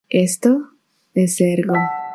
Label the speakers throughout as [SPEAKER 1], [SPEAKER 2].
[SPEAKER 1] Esto es Ergo.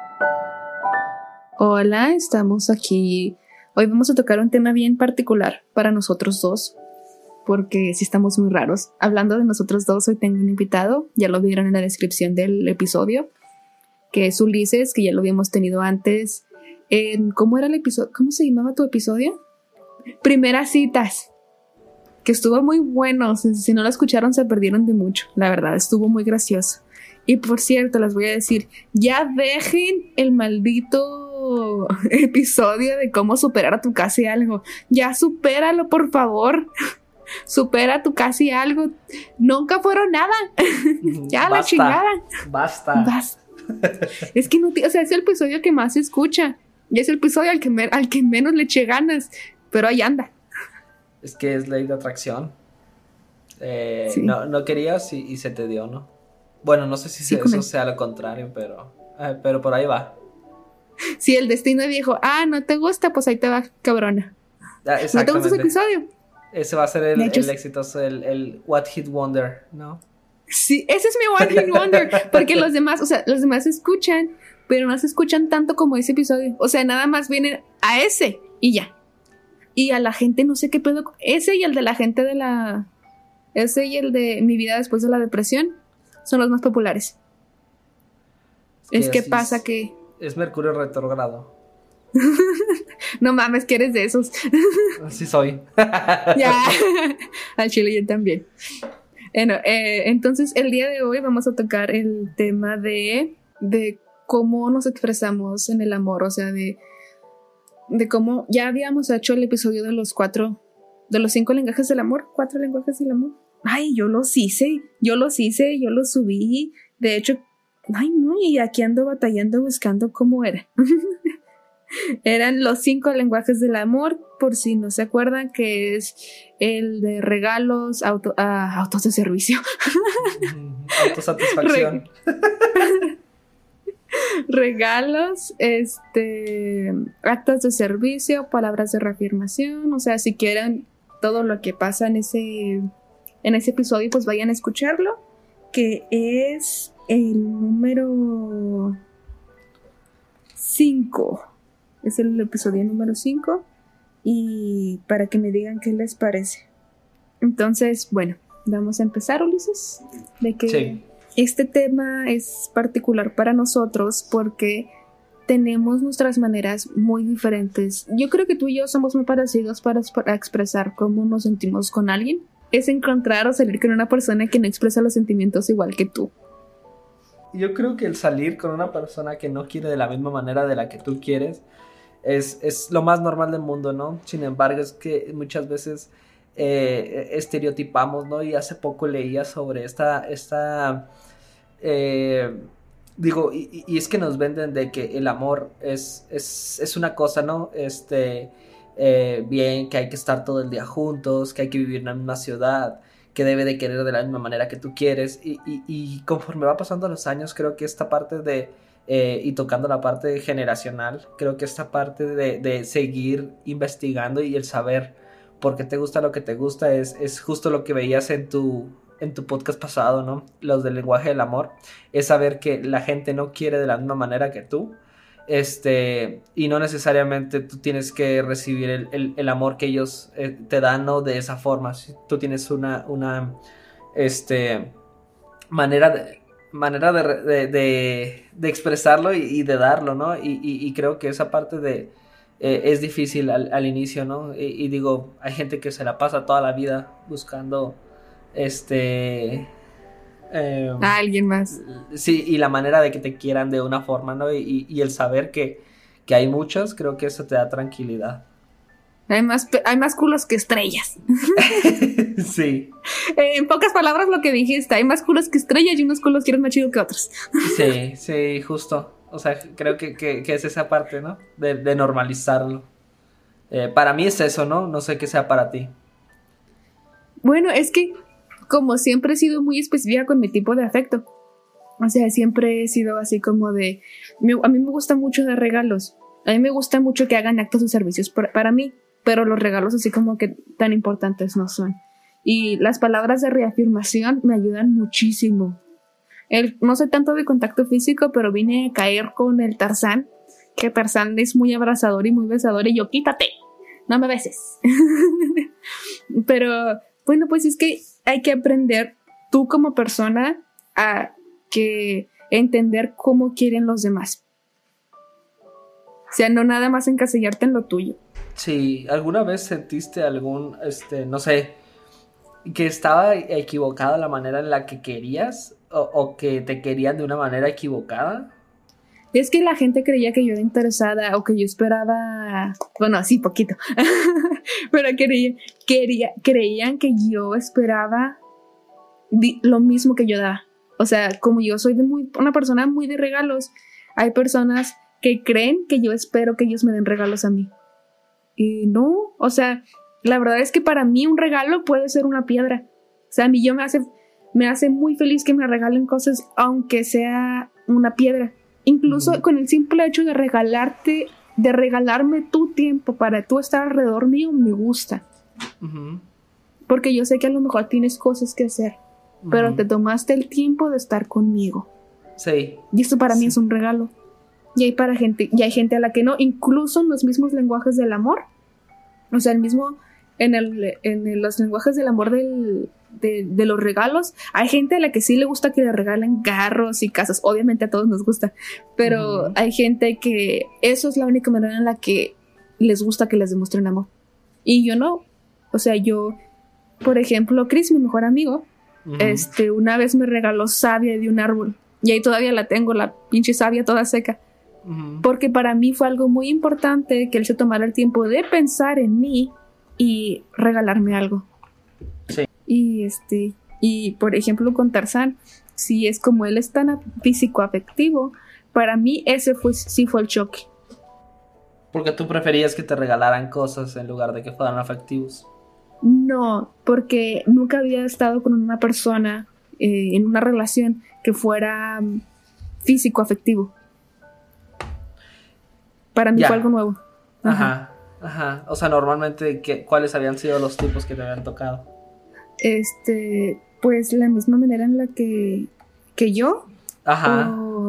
[SPEAKER 1] Hola, estamos aquí. Hoy vamos a tocar un tema bien particular para nosotros dos, porque sí estamos muy raros. Hablando de nosotros dos, hoy tengo un invitado, ya lo vieron en la descripción del episodio, que es Ulises, que ya lo habíamos tenido antes. ¿Cómo era el episodio? ¿Cómo se llamaba tu episodio? Primeras citas, que estuvo muy bueno. Si no lo escucharon, se perdieron de mucho. La verdad, estuvo muy gracioso. Y por cierto, les voy a decir, ya dejen el maldito episodio de cómo superar a tu casi algo. Ya supéralo, por favor. Supera tu casi algo. Nunca fueron nada. Ya basta, la chingada.
[SPEAKER 2] Basta.
[SPEAKER 1] Es que no, o sea, es el episodio que más se escucha. Y es el episodio al que menos le eché ganas. Pero ahí anda.
[SPEAKER 2] Es que es ley de atracción.
[SPEAKER 1] Sí.
[SPEAKER 2] No querías y se te dio, ¿no? Bueno, no sé si sí, eso sea lo contrario, pero por ahí va.
[SPEAKER 1] Sí, el destino dijo, no te gusta, pues ahí te va, cabrona. ¿No te gusta ese episodio?
[SPEAKER 2] Ese va a ser el exitoso, el What Hit Wonder, ¿no?
[SPEAKER 1] Sí, ese es mi What Hit Wonder, porque los demás se escuchan, pero no se escuchan tanto como ese episodio. O sea, nada más vienen a ese y ya. Y a la gente no sé qué pedo. Ese y el de la gente de la... Ese y el de Mi vida después de la depresión son los más populares. Es que pasa que...
[SPEAKER 2] Es Mercurio retrógrado.
[SPEAKER 1] No mames, que eres de esos.
[SPEAKER 2] Sí soy.
[SPEAKER 1] Ya. Al chile yo también. Bueno, entonces el día de hoy vamos a tocar el tema de cómo nos expresamos en el amor. O sea, de cómo ya habíamos hecho el episodio de los 5 lenguajes del amor. 4 lenguajes del amor. Ay, yo los hice, yo los subí. De hecho, y aquí ando batallando buscando cómo era. Eran los 5 lenguajes del amor, por si no se acuerdan, que es el de regalos, autos de servicio.
[SPEAKER 2] Autosatisfacción.
[SPEAKER 1] Regalos, actos de servicio, palabras de reafirmación. O sea, si quieren todo lo que pasa en ese episodio, pues vayan a escucharlo, que es el número 5. Es el episodio número 5. Y para que me digan qué les parece. Entonces, bueno, vamos a empezar, Ulises. De que sí. Este tema es particular para nosotros porque tenemos nuestras maneras muy diferentes. Yo creo que tú y yo somos muy parecidos para expresar cómo nos sentimos con alguien. Es encontrar o salir con una persona que no expresa los sentimientos igual que tú.
[SPEAKER 2] Yo creo que el salir con una persona que no quiere de la misma manera de la que tú quieres es lo más normal del mundo, ¿no? Sin embargo, es que muchas veces estereotipamos, ¿no? Y hace poco leía sobre y es que nos venden de que el amor es una cosa, ¿no? Bien, que hay que estar todo el día juntos, que hay que vivir en la misma ciudad, que debe de querer de la misma manera que tú quieres, y conforme va pasando los años, creo que esta parte y tocando la parte generacional, creo que esta parte de seguir investigando y el saber por qué te gusta lo que te gusta es justo lo que veías en tu podcast pasado, ¿no? Los del lenguaje del amor, es saber que la gente no quiere de la misma manera que tú, y no necesariamente tú tienes que recibir el amor que ellos te dan, ¿no? De esa forma. Si tú tienes una manera de expresarlo y de darlo, ¿no? Y creo que esa parte es difícil al inicio, ¿no? Y digo, hay gente que se la pasa toda la vida buscando
[SPEAKER 1] a alguien más.
[SPEAKER 2] Sí, y la manera de que te quieran de una forma, ¿no? Y el saber que hay muchos, creo que eso te da tranquilidad.
[SPEAKER 1] Hay más culos que estrellas.
[SPEAKER 2] Sí.
[SPEAKER 1] En pocas palabras lo que dijiste, hay más culos que estrellas y unos culos quieren más chido que otros.
[SPEAKER 2] Sí, justo. O sea, creo que es esa parte, ¿no? De normalizarlo. Para mí es eso, ¿no? No sé qué sea para ti.
[SPEAKER 1] Bueno, es que como siempre he sido muy específica con mi tipo de afecto. O sea, siempre he sido así como a mí me gusta mucho dar regalos. A mí me gusta mucho que hagan actos de servicios para mí, pero los regalos así como que tan importantes no son. Y las palabras de reafirmación me ayudan muchísimo. No soy tanto de contacto físico, pero vine a caer con el Tarzán, que Tarzán es muy abrazador y muy besador, y yo, quítate, no me beses. Pero bueno, pues es que hay que aprender tú como persona a entender cómo quieren los demás. O sea, no nada más encasillarte en lo tuyo.
[SPEAKER 2] Sí, ¿alguna vez sentiste no sé, que estaba equivocada la manera en la que querías o que te querían de una manera equivocada?
[SPEAKER 1] Es que la gente creía que yo era interesada o que yo esperaba, bueno, así poquito, pero creían que yo esperaba lo mismo que yo daba. O sea, como yo soy una persona muy de regalos, hay personas que creen que yo espero que ellos me den regalos a mí. Y no, o sea, la verdad es que para mí un regalo puede ser una piedra. O sea, a mí me hace muy feliz que me regalen cosas, aunque sea una piedra. Incluso con el simple hecho de regalarme tu tiempo para tú estar alrededor mío, me gusta. Porque yo sé que a lo mejor tienes cosas que hacer, pero te tomaste el tiempo de estar conmigo.
[SPEAKER 2] Sí.
[SPEAKER 1] Y esto para mí es un regalo. Y hay gente a la que no, incluso en los mismos lenguajes del amor. O sea, en los lenguajes del amor de los regalos, hay gente a la que sí le gusta que le regalen carros y casas. Obviamente a todos nos gusta, pero hay gente que eso es la única manera en la que les gusta que les demuestren amor. Y yo no. O sea, yo, por ejemplo, Chris, mi mejor amigo, una vez me regaló savia de un árbol. Y ahí todavía la tengo, la pinche savia toda seca. Porque para mí fue algo muy importante que él se tomara el tiempo de pensar en mí y regalarme algo.
[SPEAKER 2] Sí.
[SPEAKER 1] Y por ejemplo con Tarzán, si es como él es tan físico afectivo, para mí ese sí fue el choque.
[SPEAKER 2] Porque tú preferías que te regalaran cosas en lugar de que fueran afectivos.
[SPEAKER 1] No, porque nunca había estado con una persona en una relación que fuera físico afectivo. Para mí fue algo nuevo.
[SPEAKER 2] Ajá. O sea, normalmente, ¿cuáles habían sido los tipos que te habían tocado?
[SPEAKER 1] Pues la misma manera en la que yo.
[SPEAKER 2] Ajá.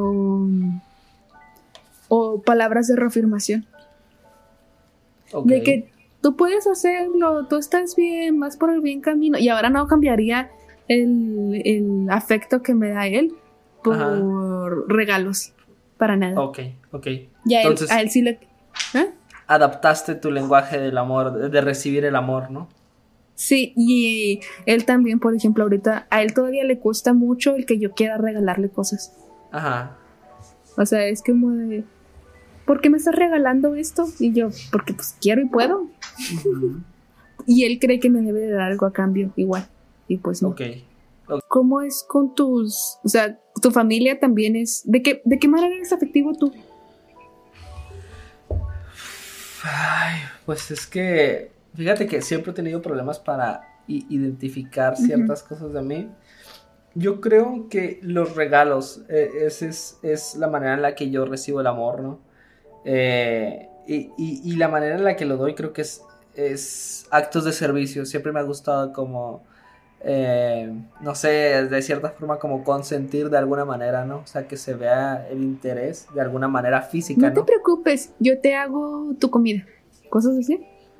[SPEAKER 1] O palabras de reafirmación. Okay. De que tú puedes hacerlo, tú estás bien, vas por el bien camino. Y ahora no cambiaría el afecto que me da él por regalos. Para nada.
[SPEAKER 2] Ok.
[SPEAKER 1] Ya entonces, a él sí le...
[SPEAKER 2] Adaptaste tu lenguaje del amor, de recibir el amor, ¿no?
[SPEAKER 1] Sí, y él también, por ejemplo, ahorita a él todavía le cuesta mucho el que yo quiera regalarle cosas.
[SPEAKER 2] Ajá.
[SPEAKER 1] O sea, es como de... ¿por qué me estás regalando esto? Y yo, porque pues quiero y puedo. Y él cree que me debe de dar algo a cambio, igual. Y pues no.
[SPEAKER 2] Okay.
[SPEAKER 1] ¿Cómo es con tus... o sea, tu familia también es... ¿De qué manera eres afectivo tú?
[SPEAKER 2] Ay, pues es que... fíjate que siempre he tenido problemas para identificar ciertas cosas de mí. Yo creo que los regalos es la manera en la que yo recibo el amor, ¿no? Y la manera en la que lo doy creo que es actos de servicio. Siempre me ha gustado como... no sé, de cierta forma como consentir de alguna manera, ¿no? O sea, que se vea el interés de alguna manera física, ¿no?
[SPEAKER 1] No te preocupes, yo te hago tu comida. ¿Cosas así?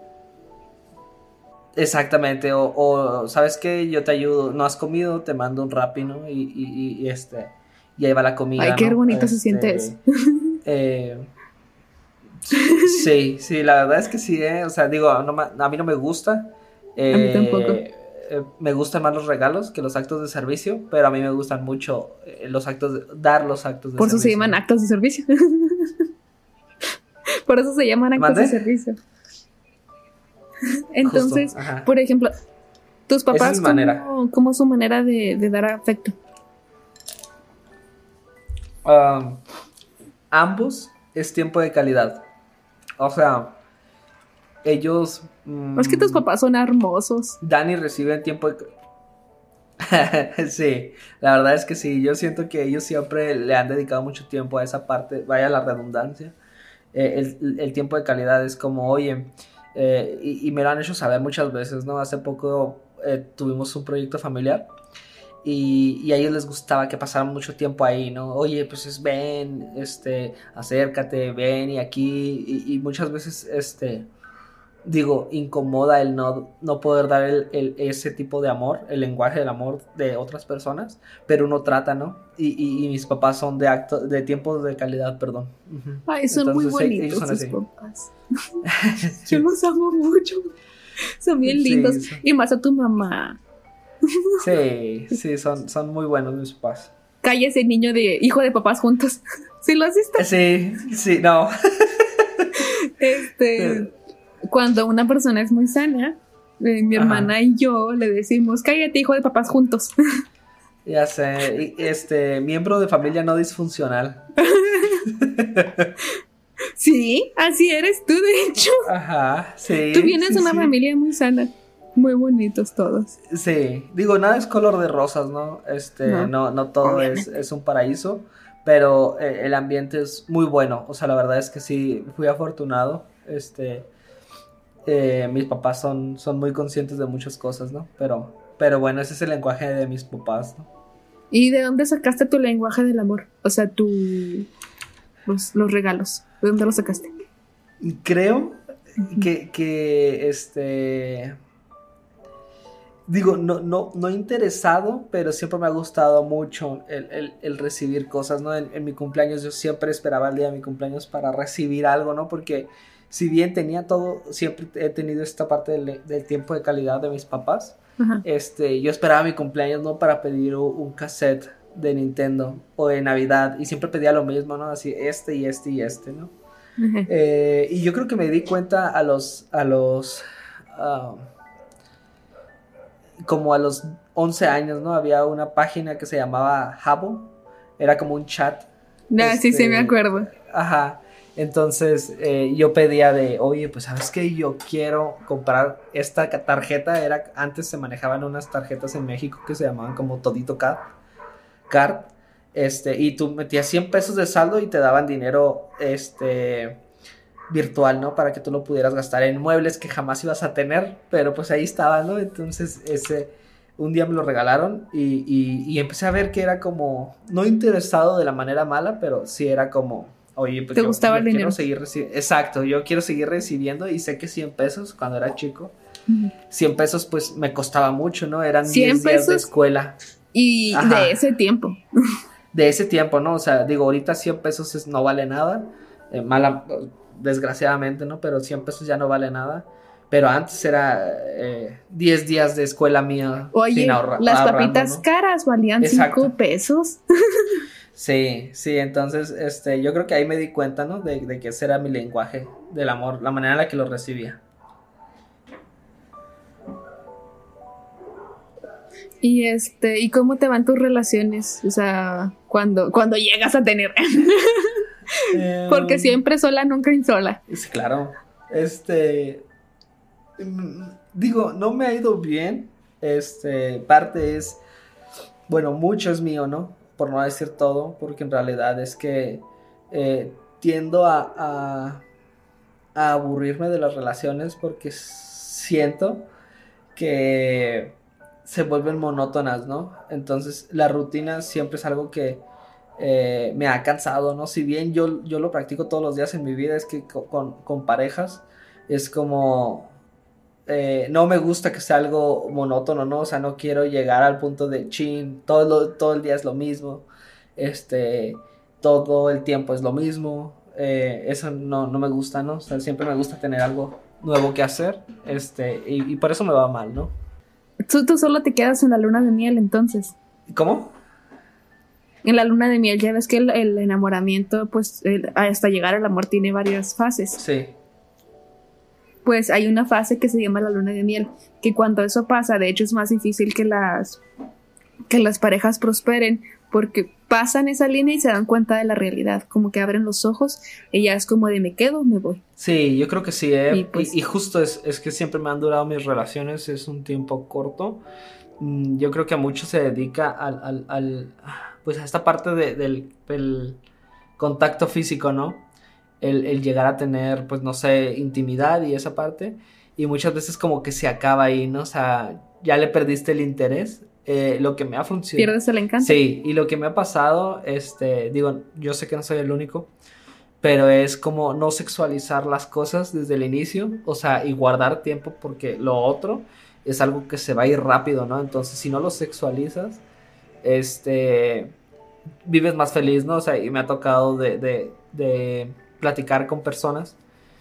[SPEAKER 2] Exactamente, o ¿sabes qué? Yo te ayudo, no has comido, te mando un Rappi, ¿no? Y ahí va la comida.
[SPEAKER 1] Ay, qué
[SPEAKER 2] ¿no?
[SPEAKER 1] bonito se siente eso.
[SPEAKER 2] Sí, la verdad es que sí, o sea, digo, a mí no me gusta.
[SPEAKER 1] A mí tampoco.
[SPEAKER 2] Me gustan más los regalos que los actos de servicio, pero a mí me gustan mucho dar los actos de servicio.
[SPEAKER 1] Por eso se llaman actos de servicio. Por eso se llaman actos de servicio. Entonces, justo, por ejemplo, tus papás, ¿cómo es su manera de dar afecto?
[SPEAKER 2] Ambos es tiempo de calidad. O sea, ellos...
[SPEAKER 1] es que tus papás son hermosos.
[SPEAKER 2] Dan y reciben tiempo de... Sí, la verdad es que sí. Yo siento que ellos siempre le han dedicado mucho tiempo a esa parte. Vaya la redundancia. El tiempo de calidad es como, oye... y me lo han hecho saber muchas veces, ¿no? Hace poco tuvimos un proyecto familiar y a ellos les gustaba que pasaran mucho tiempo ahí, ¿no? Oye, pues ven, acércate, ven y aquí, y muchas veces, digo, incomoda el no poder dar ese tipo de amor, el lenguaje del amor de otras personas, pero uno trata, ¿no? Y mis papás son de tiempos de calidad, perdón. Uh-huh.
[SPEAKER 1] Ay, son muy bonitos sus papás. Yo los amo mucho. Son bien lindos. Sí, y más a tu mamá.
[SPEAKER 2] Sí, son muy buenos mis papás.
[SPEAKER 1] Calla ese niño de hijo de papás juntos. ¿Sí lo has visto?
[SPEAKER 2] Sí, no.
[SPEAKER 1] Cuando una persona es muy sana, mi hermana y yo le decimos, cállate, hijo de papás juntos.
[SPEAKER 2] Ya sé, miembro de familia no disfuncional.
[SPEAKER 1] Sí, así eres tú, de hecho.
[SPEAKER 2] Ajá, sí.
[SPEAKER 1] Tú vienes de una familia muy sana, muy bonitos todos.
[SPEAKER 2] Sí, digo, nada es color de rosas, ¿no? No todo es un paraíso, pero el ambiente es muy bueno. O sea, la verdad es que sí, fui afortunado. Mis papás son muy conscientes de muchas cosas, ¿no? Pero bueno, ese es el lenguaje de mis papás, ¿no?
[SPEAKER 1] ¿Y de dónde sacaste tu lenguaje del amor? O sea, los regalos, ¿de dónde los sacaste?
[SPEAKER 2] Creo que digo, no interesado, pero siempre me ha gustado mucho el recibir cosas, ¿no? En mi cumpleaños yo siempre esperaba el día de mi cumpleaños para recibir algo, ¿no? Porque si bien tenía todo, siempre he tenido esta parte del tiempo de calidad de mis papás. Uh-huh. Yo esperaba mi cumpleaños, ¿no? Para pedir un cassette de Nintendo o de Navidad, y siempre pedía lo mismo, ¿no? Así, ¿no? Uh-huh. Y yo creo que me di cuenta como a los 11 años, ¿no? Había una página que se llamaba Habbo, era como un chat.
[SPEAKER 1] Sí, me acuerdo.
[SPEAKER 2] Ajá. Entonces yo pedía oye, pues ¿sabes qué? Yo quiero comprar esta tarjeta. Antes se manejaban unas tarjetas en México que se llamaban como Todito Card. Y tú metías 100 pesos de saldo y te daban dinero virtual, ¿no? Para que tú lo pudieras gastar en muebles que jamás ibas a tener, pero pues ahí estaba, ¿no? Entonces un día me lo regalaron y empecé a ver que era como, no interesado de la manera mala, pero sí era como, oye, pues
[SPEAKER 1] ¿te gustaba el dinero?
[SPEAKER 2] Quiero seguir recibiendo. Exacto, yo quiero seguir recibiendo, y sé que 100 pesos cuando era chico, 100 pesos pues me costaba mucho, ¿no? Eran 10 días de escuela.
[SPEAKER 1] Y ajá, de ese tiempo.
[SPEAKER 2] De ese tiempo, ¿no? O sea, digo, ahorita 100 pesos no vale nada, desgraciadamente, ¿no? Pero 100 pesos ya no vale nada. Pero antes era 10 días de escuela mía.
[SPEAKER 1] Oye, sin las papitas, ¿no? Caras valían 5 pesos.
[SPEAKER 2] Sí, entonces yo creo que ahí me di cuenta, ¿no? De que ese era mi lenguaje del amor, la manera en la que lo recibía.
[SPEAKER 1] ¿Y cómo te van tus relaciones? O sea, cuando llegas a tener. Porque siempre sola, nunca insola.
[SPEAKER 2] Sí, claro. Digo, no me ha ido bien. Parte es, bueno, mucho es mío, ¿no? Por no decir todo, porque en realidad es que tiendo a aburrirme de las relaciones, porque siento que se vuelven monótonas, ¿no? Entonces la rutina siempre es algo que me ha cansado, ¿no? Si bien yo lo practico todos los días en mi vida, es que con parejas es como no me gusta que sea algo monótono, ¿no? O sea, no quiero llegar al punto de todo el día es lo mismo, todo el tiempo es lo mismo, eso no me gusta, ¿no? O sea, siempre me gusta tener algo nuevo que hacer, y por eso me va mal, ¿no?
[SPEAKER 1] Tú solo te quedas en la luna de miel, entonces.
[SPEAKER 2] ¿Cómo?
[SPEAKER 1] En la luna de miel, ya ves que el enamoramiento, pues, hasta llegar al amor tiene varias fases.
[SPEAKER 2] Sí.
[SPEAKER 1] Pues hay una fase que se llama la luna de miel, que cuando eso pasa, de hecho es más difícil que las parejas prosperen, porque pasan esa línea y se dan cuenta de la realidad, como que abren los ojos y ya es como de me quedo, me voy.
[SPEAKER 2] Sí, yo creo que sí, y justo es que siempre me han durado mis relaciones, es un tiempo corto. Yo creo que a muchos se dedica pues a esta parte del contacto físico, ¿no? El llegar a tener, pues no sé, intimidad y esa parte, y muchas veces como que se acaba ahí, ¿no? O sea, ya le perdiste el interés, lo que me ha funcionado.
[SPEAKER 1] Pierdes el encanto.
[SPEAKER 2] Sí, y lo que me ha pasado, digo, yo sé que no soy el único, pero es como no sexualizar las cosas desde el inicio, o sea, y guardar tiempo porque lo otro es algo que se va a ir rápido, ¿no? Entonces, si no lo sexualizas, vives más feliz, ¿no? O sea, y me ha tocado de platicar con personas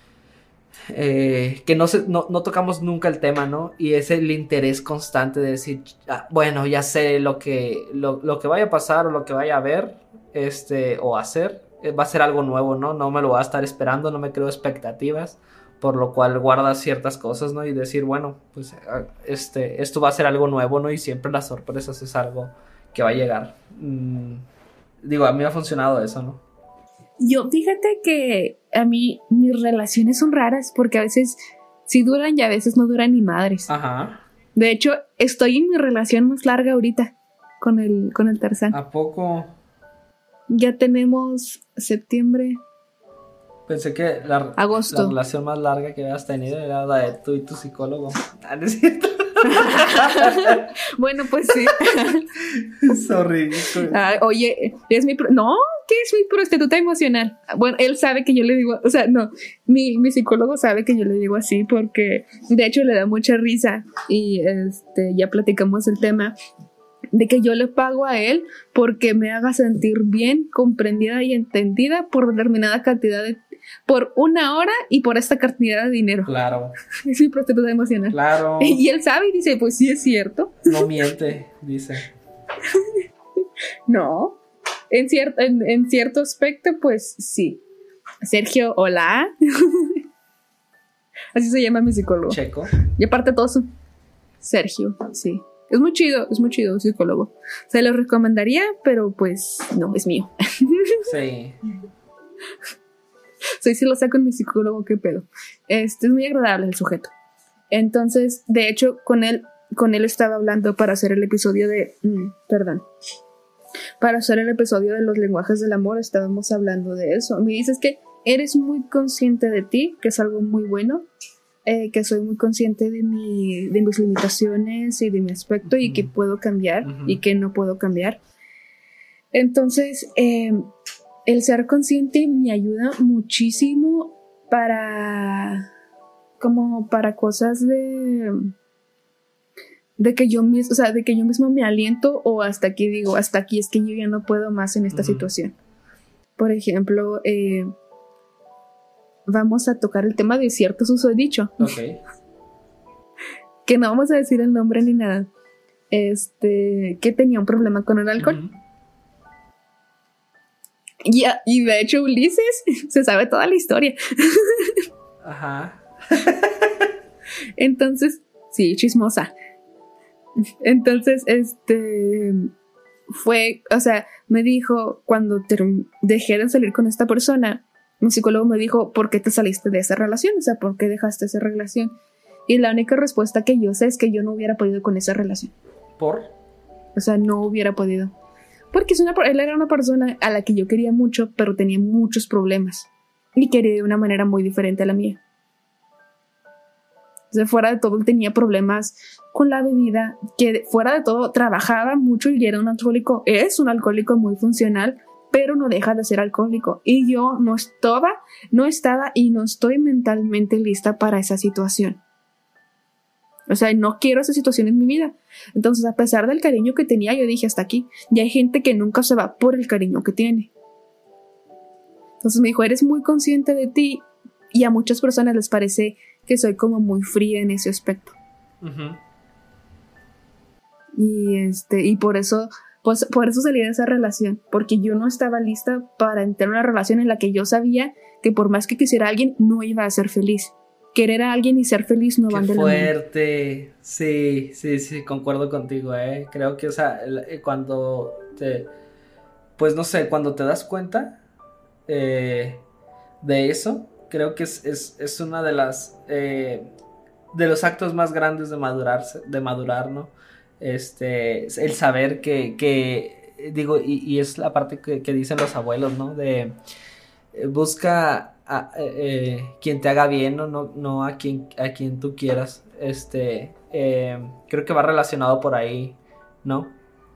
[SPEAKER 2] que no tocamos nunca el tema, ¿no? Y es el interés constante de decir, bueno, ya sé lo que vaya a pasar o lo que vaya a ver, o hacer, va a ser algo nuevo, ¿no? No me lo voy a estar esperando, no me creo expectativas, por lo cual guardas ciertas cosas, ¿no? Y decir, bueno, pues esto va a ser algo nuevo, ¿no? Y siempre las sorpresas es algo que va a llegar. Digo, a mí me ha funcionado eso, ¿no?
[SPEAKER 1] Yo, fíjate que a mí mis relaciones son raras porque a veces sí duran y a veces no duran ni madres.
[SPEAKER 2] Ajá.
[SPEAKER 1] De hecho, estoy en mi relación más larga ahorita con el Tarzán.
[SPEAKER 2] ¿A poco?
[SPEAKER 1] Ya tenemos septiembre.
[SPEAKER 2] Pensé que
[SPEAKER 1] Agosto.
[SPEAKER 2] La relación más larga que habías tenido era la de tú y tu psicólogo. ¿No es cierto?
[SPEAKER 1] Bueno, pues sí.
[SPEAKER 2] Sorry.
[SPEAKER 1] Oye, es no, ¿qué es mi prostituta emocional? Bueno, él sabe que yo le digo, o sea, no, mi psicólogo sabe que yo le digo así porque de hecho le da mucha risa y ya platicamos el tema de que yo le pago a él porque me haga sentir bien, comprendida y entendida por determinada cantidad por una hora y por esta cantidad de dinero.
[SPEAKER 2] Claro.
[SPEAKER 1] Es mi prostituta emocional.
[SPEAKER 2] Claro.
[SPEAKER 1] Y él sabe y dice, pues sí es cierto.
[SPEAKER 2] No miente, dice.
[SPEAKER 1] No, en cierto aspecto, pues sí. Sergio, hola. Así se llama mi psicólogo.
[SPEAKER 2] Checo.
[SPEAKER 1] Y aparte todo eso. Sergio, sí. Es muy chido psicólogo. Se lo recomendaría, pero pues no, es mío.
[SPEAKER 2] Sí.
[SPEAKER 1] Sí lo saco en mi psicólogo, qué pedo. Es muy agradable el sujeto. Entonces, de hecho, con él estaba hablando para hacer el episodio para hacer el episodio de los lenguajes del amor, estábamos hablando de eso. Me dices que eres muy consciente de ti, que es algo muy bueno, que soy muy consciente de mis limitaciones y de mi aspecto, y que puedo cambiar y que no puedo cambiar. Entonces, el ser consciente me ayuda muchísimo para cosas de que yo mismo, o sea, de que yo mismo me aliento, o hasta aquí digo, hasta aquí, es que yo ya no puedo más en esta situación. Por ejemplo, vamos a tocar el tema de cierto susodicho.
[SPEAKER 2] Ok.
[SPEAKER 1] Que no vamos a decir el nombre ni nada. Que tenía un problema con el alcohol. Y de hecho Ulises se sabe toda la historia.
[SPEAKER 2] Ajá.
[SPEAKER 1] Entonces, sí, chismosa. Entonces, fue, o sea, me dijo, cuando dejé de salir con esta persona, mi psicólogo me dijo, ¿por qué te saliste de esa relación? O sea, ¿por qué dejaste esa relación? Y la única respuesta que yo sé es que yo no hubiera podido con esa relación.
[SPEAKER 2] ¿Por?
[SPEAKER 1] O sea, no hubiera podido. Porque él era una persona a la que yo quería mucho, pero tenía muchos problemas. Y quería de una manera muy diferente a la mía. O sea, fuera de todo, él tenía problemas con la bebida, que fuera de todo trabajaba mucho y era un alcohólico. Es un alcohólico muy funcional, pero no deja de ser alcohólico. Y yo no estaba y no estoy mentalmente lista para esa situación. O sea, no quiero esa situación en mi vida. Entonces, a pesar del cariño que tenía, yo dije, hasta aquí. Y hay gente que nunca se va por el cariño que tiene. Entonces me dijo, eres muy consciente de ti. Y a muchas personas les parece que soy como muy fría en ese aspecto. Y por eso, pues, por eso salí de esa relación. Porque yo no estaba lista para entrar en una relación en la que yo sabía que por más que quisiera a alguien, no iba a ser feliz. Querer a alguien y ser feliz no van de la mano.
[SPEAKER 2] Qué fuerte. Sí, concuerdo contigo, Creo que, o sea, cuando pues no sé, cuando te das cuenta de eso, creo que es una de las de los actos más grandes de madurar, ¿no? El saber que digo, y es la parte que dicen los abuelos, ¿no? De busca quien te haga bien, no a quien tú quieras. Creo que va relacionado por ahí ¿no?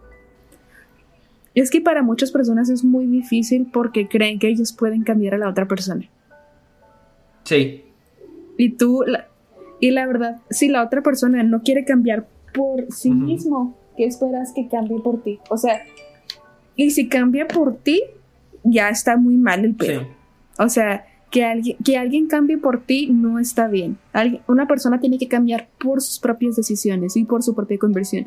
[SPEAKER 1] Es que para muchas personas es muy difícil porque creen que ellos pueden cambiar a la otra persona.
[SPEAKER 2] Sí.
[SPEAKER 1] Y la verdad, si la otra persona no quiere cambiar por sí mismo, ¿qué esperas que cambie por ti? O sea, y si cambia por ti, ya está muy mal el pedo. Sí. O sea, que alguien cambie por ti no está bien. Una persona tiene que cambiar por sus propias decisiones y por su propia convicción.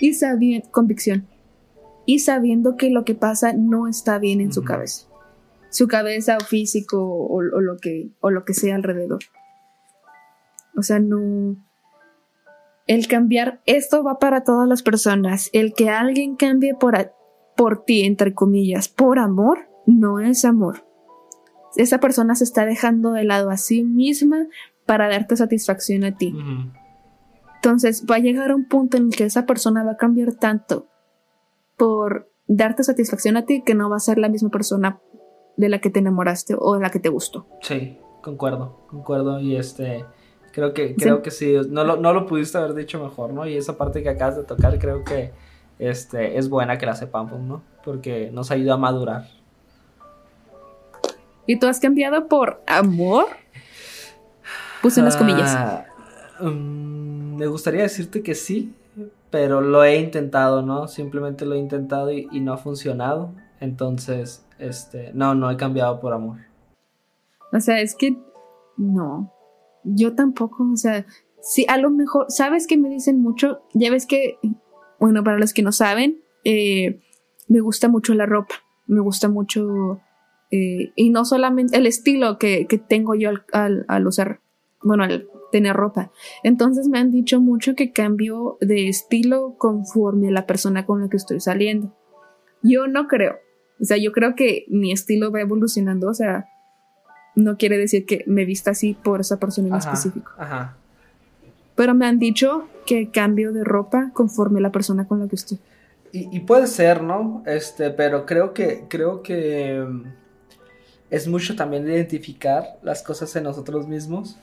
[SPEAKER 1] Y sabiendo que lo que pasa no está bien en su cabeza. Su cabeza o físico o lo que sea alrededor. O sea, no. El cambiar, esto va para todas las personas. El que alguien cambie por ti, entre comillas, por amor, no es amor. Esa persona se está dejando de lado a sí misma para darte satisfacción a ti. Entonces va a llegar a un punto en el que esa persona va a cambiar tanto por darte satisfacción a ti que no va a ser la misma persona de la que te enamoraste o de la que te gustó.
[SPEAKER 2] Sí, concuerdo y creo que sí, no lo pudiste haber dicho mejor, ¿no? Y esa parte que acabas de tocar creo que es buena que la sepamos, ¿no? Porque nos ayuda a madurar.
[SPEAKER 1] ¿Y tú has cambiado por amor? Puse unas comillas.
[SPEAKER 2] Me gustaría decirte que sí, pero lo he intentado, ¿no? Simplemente lo he intentado y no ha funcionado. Entonces, no he cambiado por amor.
[SPEAKER 1] O sea, es que no. Yo tampoco, o sea, sí, a lo mejor, ¿sabes qué me dicen mucho? Ya ves que, bueno, para los que no saben, me gusta mucho la ropa, me gusta mucho, y no solamente el estilo que tengo yo al usar, bueno, al tener ropa. Entonces me han dicho mucho que cambio de estilo conforme a la persona con la que estoy saliendo. Yo no creo, o sea, yo creo que mi estilo va evolucionando, o sea, no quiere decir que me vista así por esa persona en específico.
[SPEAKER 2] Ajá.
[SPEAKER 1] Pero me han dicho que cambio de ropa conforme a la persona con la que estoy.
[SPEAKER 2] Y puede ser, ¿no? Pero creo que es mucho también identificar las cosas en nosotros mismos.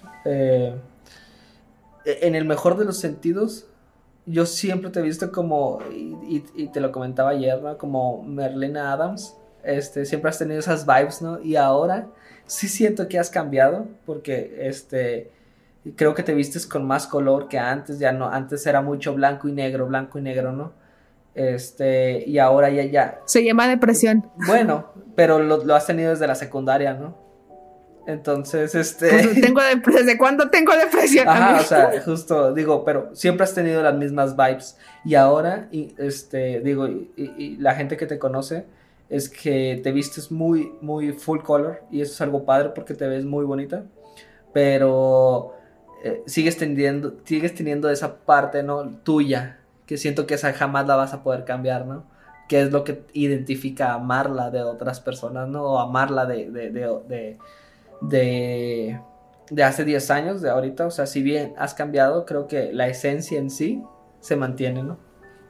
[SPEAKER 2] En el mejor de los sentidos, yo siempre te he visto como, y te lo comentaba ayer, ¿no? Como Merlina Adams. Siempre has tenido esas vibes, ¿no? Y ahora sí siento que has cambiado, porque creo que te vistes con más color que antes. Ya no, antes era mucho blanco y negro, ¿no? Y ahora ya.
[SPEAKER 1] Se llama depresión.
[SPEAKER 2] Bueno, pero lo has tenido desde la secundaria, ¿no? Entonces,
[SPEAKER 1] pues ¿desde cuándo tengo depresión?
[SPEAKER 2] Ajá, o sea, justo, digo, pero siempre has tenido las mismas vibes. Y ahora, digo, y la gente que te conoce es que te vistes muy, muy full color, y eso es algo padre porque te ves muy bonita, pero sigues teniendo esa parte, ¿no? Tuya, que siento que esa jamás la vas a poder cambiar, ¿no? Que es lo que identifica amarla de otras personas, ¿no? O amarla de hace 10 años, de ahorita. O sea, si bien has cambiado, creo que la esencia en sí se mantiene, ¿no?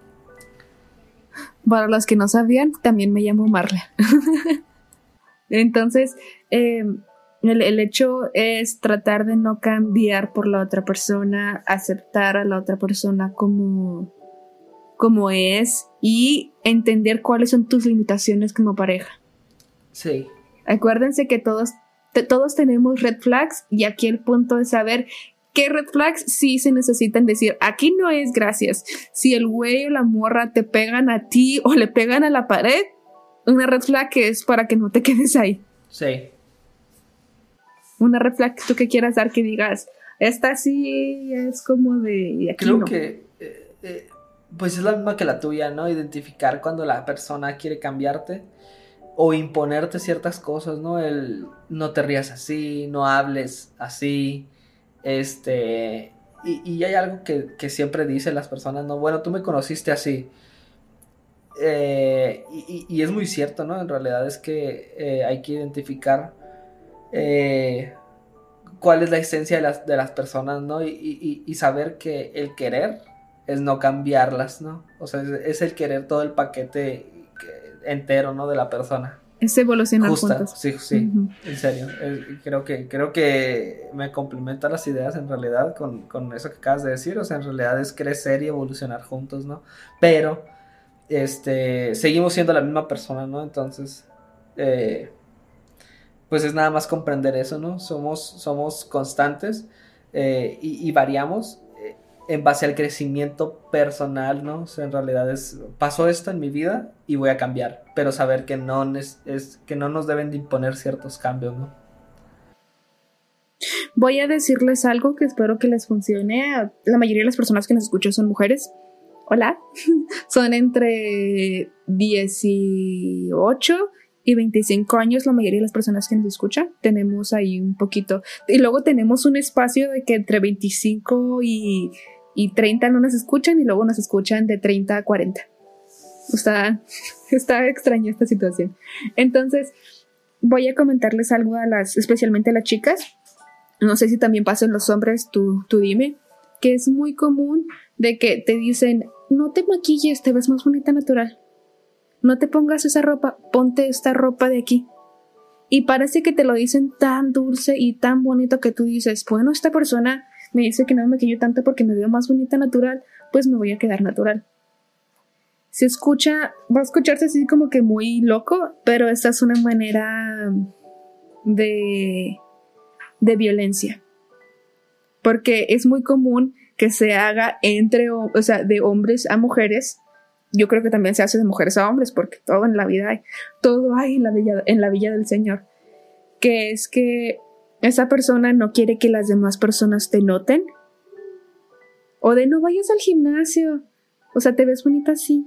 [SPEAKER 1] Para los que no sabían, también me llamo Marla. Entonces, el hecho es tratar de no cambiar por la otra persona, aceptar a la otra persona como es y entender cuáles son tus limitaciones como pareja.
[SPEAKER 2] Sí.
[SPEAKER 1] Acuérdense que todos tenemos red flags, y aquí el punto es saber qué red flags sí se necesitan decir. Aquí no es gracias. Si el güey o la morra te pegan a ti o le pegan a la pared, una red flag es para que no te quedes ahí.
[SPEAKER 2] Sí.
[SPEAKER 1] Una red flag tú que quieras dar, que digas, esta sí es como de aquí.
[SPEAKER 2] Creo
[SPEAKER 1] no.
[SPEAKER 2] Que pues es la misma que la tuya, ¿no? Identificar cuando la persona quiere cambiarte o imponerte ciertas cosas, ¿no? El no te rías así, no hables así, y hay algo que siempre dicen las personas, ¿no? Bueno, tú me conociste así, y es muy cierto, ¿no? En realidad es que hay que identificar cuál es la esencia de las personas, ¿no? Y saber que el querer es no cambiarlas, ¿no? O sea, es el querer todo el paquete entero, ¿no? De la persona.
[SPEAKER 1] Es evolucionar juntos.
[SPEAKER 2] Sí, uh-huh. En serio. Creo que me complementan las ideas en realidad con eso que acabas de decir. O sea, en realidad es crecer y evolucionar juntos, ¿no? Pero seguimos siendo la misma persona, ¿no? Entonces, pues es nada más comprender eso, ¿no? Somos constantes, y variamos, en base al crecimiento personal, ¿no? O sea, en realidad pasó esto en mi vida y voy a cambiar, pero saber que que no nos deben de imponer ciertos cambios, ¿no?
[SPEAKER 1] Voy a decirles algo que espero que les funcione. La mayoría de las personas que nos escuchan son mujeres. Hola. Son entre 18 y 25 años la mayoría de las personas que nos escuchan. Tenemos ahí un poquito. Y luego tenemos un espacio de que entre 25 y 30 no nos escuchan, y luego nos escuchan de 30 a 40. Está extraña esta situación. Entonces, voy a comentarles algo especialmente a las chicas. No sé si también pasa en los hombres, tú dime, que es muy común de que te dicen, no te maquilles, te ves más bonita natural. No te pongas esa ropa, ponte esta ropa de aquí. Y parece que te lo dicen tan dulce y tan bonito que tú dices, bueno, esta persona me dice que no me maquillo tanto porque me veo más bonita natural, pues me voy a quedar natural. Va a escucharse así como que muy loco, pero esta es una manera de violencia. Porque es muy común que se haga de hombres a mujeres. Yo creo que también se hace de mujeres a hombres, porque todo en la vida hay. Todo hay en la villa del Señor. Que es que esa persona no quiere que las demás personas te noten. O de no vayas al gimnasio. O sea, te ves bonita así.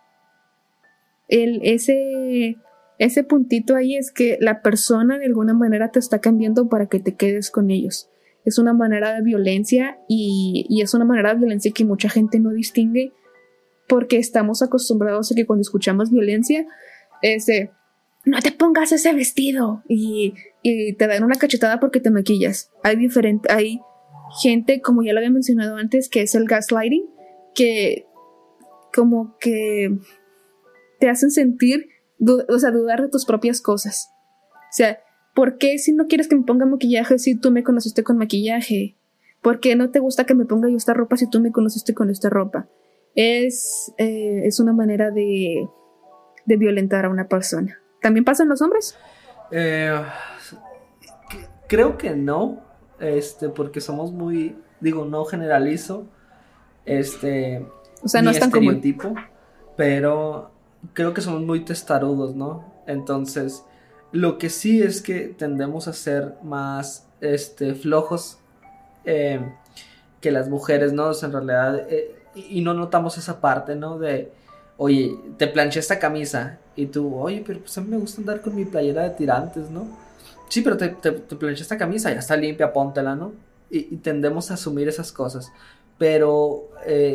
[SPEAKER 1] Ese puntito ahí es que la persona de alguna manera te está cambiando para que te quedes con ellos. Es una manera de violencia, y es una manera de violencia que mucha gente no distingue, porque estamos acostumbrados a que cuando escuchamos violencia es de, no te pongas ese vestido, y te dan una cachetada porque te maquillas. Hay gente, como ya lo había mencionado antes, que es el gaslighting, que como que te hacen sentir, dudar de tus propias cosas. O sea, ¿por qué si no quieres que me ponga maquillaje si tú me conociste con maquillaje? ¿Por qué no te gusta que me ponga yo esta ropa si tú me conociste con esta ropa? Es una manera de violentar a una persona. ¿También pasa en los hombres?
[SPEAKER 2] Creo que no, porque somos muy, no generalizo,
[SPEAKER 1] o sea, no
[SPEAKER 2] ni
[SPEAKER 1] es tan
[SPEAKER 2] estereotipo,
[SPEAKER 1] común.
[SPEAKER 2] pero creo que somos muy testarudos, ¿no? Entonces, lo que sí es que tendemos a ser más, flojos, que las mujeres, ¿no? O sea, en realidad, y no notamos esa parte, ¿no? De, oye, te planché esta camisa, y tú, oye, pero pues a mí me gusta andar con mi playera de tirantes, ¿no? Sí, pero te planché esta camisa, ya está limpia, póntela, ¿no? Y tendemos a asumir esas cosas, pero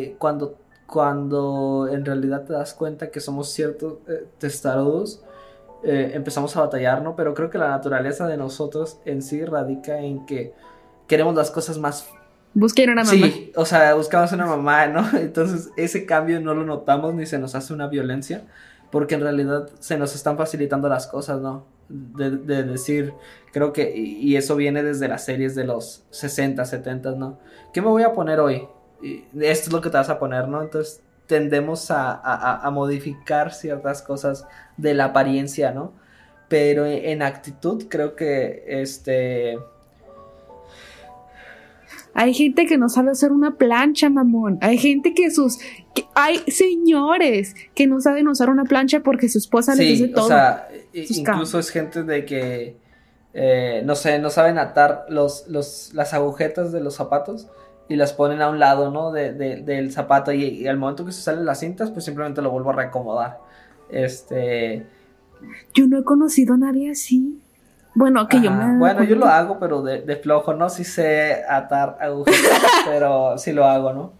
[SPEAKER 2] cuando en realidad te das cuenta que somos ciertos testarudos, empezamos a batallar, ¿no? Pero creo que la naturaleza de nosotros en sí radica en que queremos las cosas más.
[SPEAKER 1] Busquen una mamá.
[SPEAKER 2] Sí, o sea, buscamos una mamá, ¿no? Entonces ese cambio no lo notamos ni se nos hace una violencia, porque en realidad se nos están facilitando las cosas, ¿no? De decir, creo que, y eso viene desde las series de los 60, 70, ¿no? ¿Qué me voy a poner hoy? Y esto es lo que te vas a poner, ¿no? Entonces tendemos a modificar ciertas cosas de la apariencia, ¿no? Pero en actitud creo que
[SPEAKER 1] hay gente que no sabe hacer una plancha, mamón. Hay gente hay señores que no saben usar una plancha porque su esposa les dice todo.
[SPEAKER 2] O sea, incluso es gente de que no sé, no saben atar las agujetas de los zapatos y las ponen a un lado, ¿no? Del zapato, y al momento que se salen las cintas, pues simplemente lo vuelvo a reacomodar.
[SPEAKER 1] Yo no he conocido a nadie así. Bueno, que yo me...
[SPEAKER 2] Bueno, yo lo hago, pero de flojo, ¿no? Sí sé atar agujetas, pero sí lo hago, ¿no?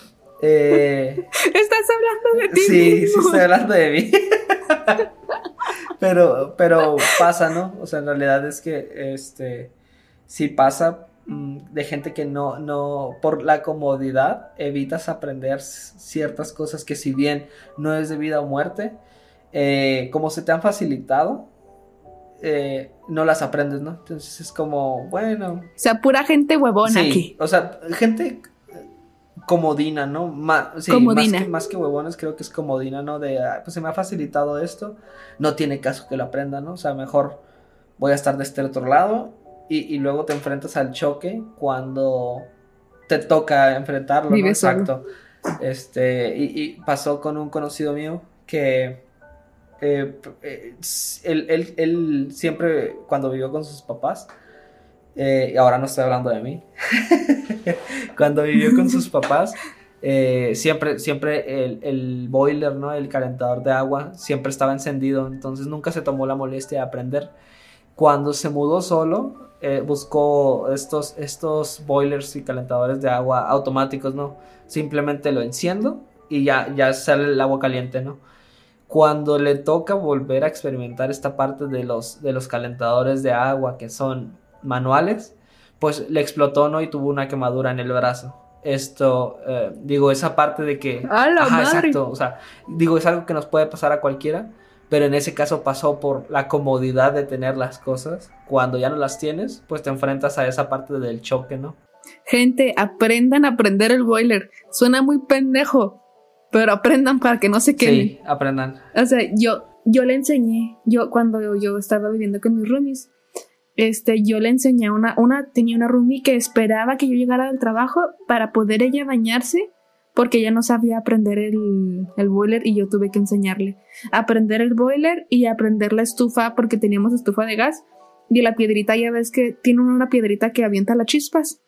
[SPEAKER 1] ¿Estás hablando de ti?
[SPEAKER 2] Sí, sí estoy hablando de mí. pero pasa, ¿no? O sea, en realidad es que sí pasa, de gente que no por la comodidad evitas aprender ciertas cosas que, si bien no es de vida o muerte, como se te han facilitado, no las aprendes, ¿no? Entonces es como, bueno.
[SPEAKER 1] O sea, pura gente huevona,
[SPEAKER 2] sí,
[SPEAKER 1] aquí.
[SPEAKER 2] O sea, gente comodina, ¿no? Sí,
[SPEAKER 1] comodina.
[SPEAKER 2] Más que huevones, creo que es comodina, ¿no? De, pues se me ha facilitado esto, no tiene caso que lo aprenda, ¿no? O sea, mejor voy a estar de este otro lado y luego te enfrentas al choque cuando te toca enfrentarlo, ¿no?
[SPEAKER 1] Vives solo.
[SPEAKER 2] Exacto. Y pasó con un conocido mío que él siempre, cuando vivió con sus papás, y ahora no estoy hablando de mí, cuando vivió con sus papás, siempre el boiler, ¿no? El calentador de agua siempre estaba encendido, entonces nunca se tomó la molestia de aprender. Cuando se mudó solo, buscó estos boilers y calentadores de agua automáticos, ¿no? Simplemente lo enciendo y ya sale el agua caliente, ¿no? Cuando le toca volver a experimentar esta parte de los calentadores de agua que son manuales, pues le explotó, ¿no? Y tuvo una quemadura en el brazo. Digo, esa parte de que...
[SPEAKER 1] ¡A la
[SPEAKER 2] Ajá,
[SPEAKER 1] madre!
[SPEAKER 2] exacto. O sea, digo, es algo que nos puede pasar a cualquiera, pero en ese caso pasó por la comodidad de tener las cosas. Cuando ya no las tienes, pues te enfrentas a esa parte del choque, ¿no?
[SPEAKER 1] Gente, aprendan a prender el boiler. Suena muy pendejo, pero aprendan para que no se queme.
[SPEAKER 2] Sí, aprendan.
[SPEAKER 1] O sea, yo le enseñé, cuando yo estaba viviendo con mis roomies, yo le enseñé tenía una roomie que esperaba que yo llegara del trabajo para poder ella bañarse, porque ella no sabía aprender el boiler y yo tuve que enseñarle a aprender el boiler y a aprender la estufa, porque teníamos estufa de gas y la piedrita, ya ves que tiene una piedrita que avienta las chispas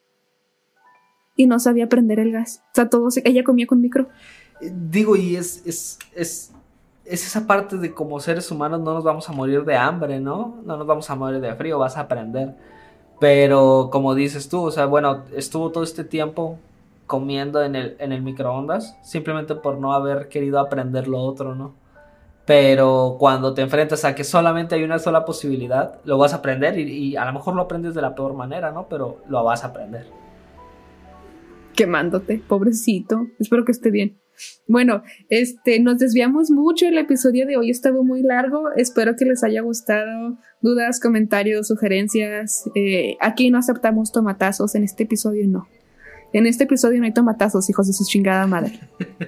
[SPEAKER 1] y no sabía prender el gas. O sea, ella comía con micro.
[SPEAKER 2] Digo, y es esa parte de como seres humanos no nos vamos a morir de hambre, ¿no? No nos vamos a morir de frío, vas a aprender. Pero como dices tú, o sea, bueno, estuvo todo este tiempo comiendo en el microondas simplemente por no haber querido aprender lo otro, ¿no? Pero cuando te enfrentas a que solamente hay una sola posibilidad, lo vas a aprender y a lo mejor lo aprendes de la peor manera, ¿no? Pero lo vas a aprender.
[SPEAKER 1] Quemándote, pobrecito. Espero que esté bien. Bueno, nos desviamos mucho. El episodio de hoy estuvo muy largo. Espero que les haya gustado. Dudas, comentarios, sugerencias. Aquí no aceptamos tomatazos. En este episodio no. En este episodio no hay tomatazos, hijos de su chingada madre.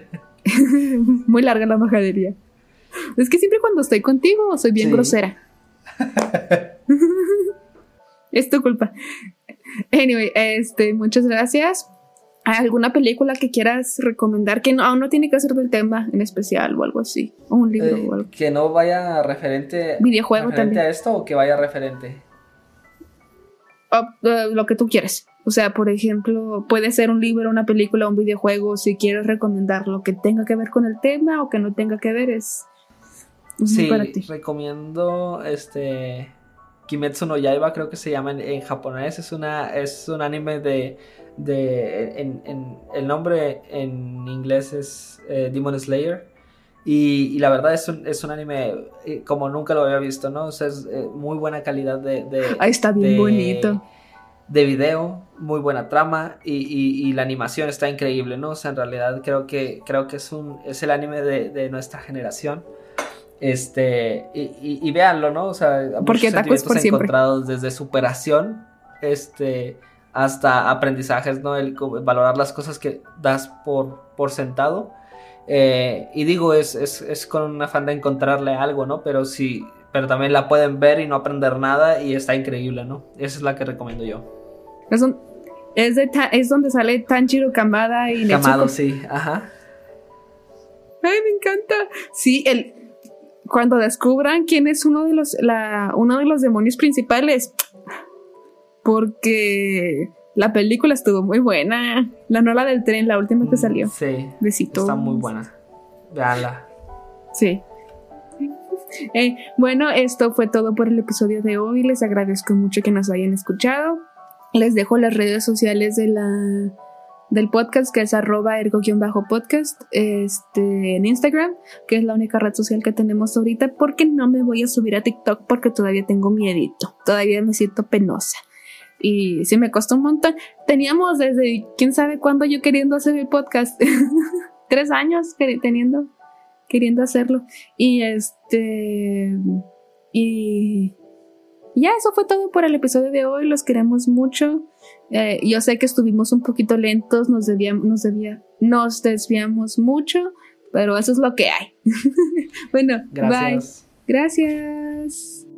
[SPEAKER 1] Muy larga la majadería. Es que siempre cuando estoy contigo soy bien grosera. Es tu culpa. Anyway, muchas gracias. ¿Alguna película que quieras recomendar que no tiene que ser del tema en especial o algo así? O un libro o algo.
[SPEAKER 2] Que no vaya referente
[SPEAKER 1] también
[SPEAKER 2] a esto, o que vaya referente.
[SPEAKER 1] Lo que tú quieras. O sea, por ejemplo, puede ser un libro, una película, un videojuego. Si quieres recomendar lo que tenga que ver con el tema o que no tenga que ver, es
[SPEAKER 2] sí,
[SPEAKER 1] para ti.
[SPEAKER 2] Recomiendo Kimetsu no Yaiba, creo que se llama en japonés. Es un anime el nombre en inglés es Demon Slayer, y la verdad es un anime como nunca lo había visto, ¿no? O sea, es muy buena calidad
[SPEAKER 1] está bien bonito
[SPEAKER 2] de video, muy buena trama y la animación está increíble, ¿no? O sea, en realidad creo que es el anime de nuestra generación. Y véanlo, ¿no? O sea,
[SPEAKER 1] porque
[SPEAKER 2] muchos sentimientos
[SPEAKER 1] por
[SPEAKER 2] encontrados desde superación hasta aprendizajes, ¿no? El valorar las cosas que das por sentado. Y digo, es con un afán de encontrarle algo, ¿no? Pero también la pueden ver y no aprender nada y está increíble, ¿no? Esa es la que recomiendo yo.
[SPEAKER 1] Es donde sale Tanjiro Kamada y Netsuko.
[SPEAKER 2] Kamado, sí, ajá.
[SPEAKER 1] Ay, me encanta. Sí, cuando descubran quién es uno de los demonios principales, porque la película estuvo muy buena. La del tren, la última que salió.
[SPEAKER 2] Sí.
[SPEAKER 1] Besitos.
[SPEAKER 2] Está muy buena. Véanla.
[SPEAKER 1] Sí. Bueno, esto fue todo por el episodio de hoy. Les agradezco mucho que nos hayan escuchado. Les dejo las redes sociales del podcast, que es @ergo_podcast, en Instagram, que es la única red social que tenemos ahorita, porque no me voy a subir a TikTok porque todavía tengo miedito. Todavía me siento penosa. Y sí me costó un montón. Teníamos desde quién sabe cuándo yo queriendo hacer el podcast. 3 años queriendo hacerlo. Y Y ya, eso fue todo por el episodio de hoy. Los queremos mucho. Yo sé que estuvimos un poquito lentos, nos desviamos mucho, pero eso es lo que hay. Bueno,
[SPEAKER 2] gracias.
[SPEAKER 1] Bye. Gracias.